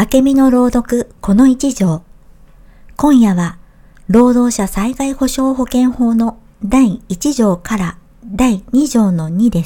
明美の朗読この一条。今夜は、労働者災害保障保険法の第1条から第2条の2です。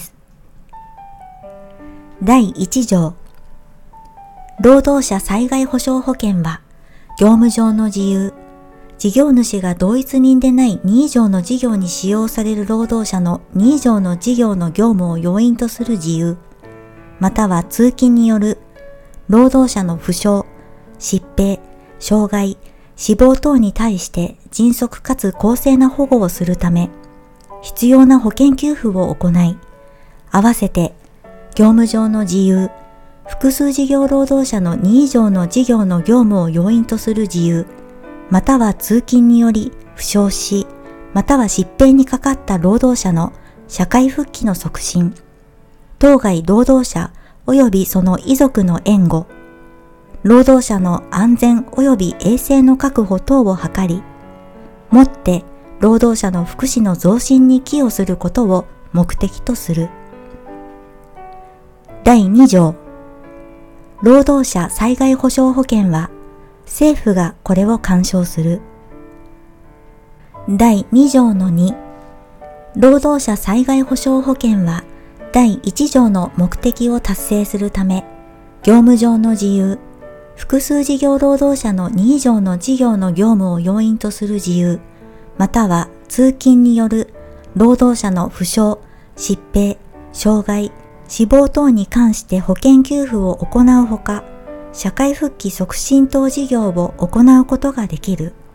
第1条。労働者災害保障保険は、業務上の自由、事業主が同一人でない2以上の事業に使用される労働者の2以上の事業の業務を要因とする自由、または通勤による労働者の負傷、疾病、障害、死亡等に対して迅速かつ公正な保護をするため、必要な保険給付を行い、合わせて業務上の自由、複数事業労働者の2以上の事業の業務を要因とする自由、または通勤により負傷し、または疾病にかかった労働者の社会復帰の促進、当該労働者及びその遺族の援護、労働者の安全及び衛生の確保等を図り、もって労働者の福祉の増進に寄与することを目的とする。第2条。労働者災害保障保険は、政府がこれを干渉する。第2条の2。労働者災害保障保険は、第1条の目的を達成するため、業務上の自由、複数事業労働者の2以上の事業の業務を要因とする自由、または通勤による労働者の負傷、疾病、障害、死亡等に関して保険給付を行うほか、社会復帰促進等事業を行うことができる。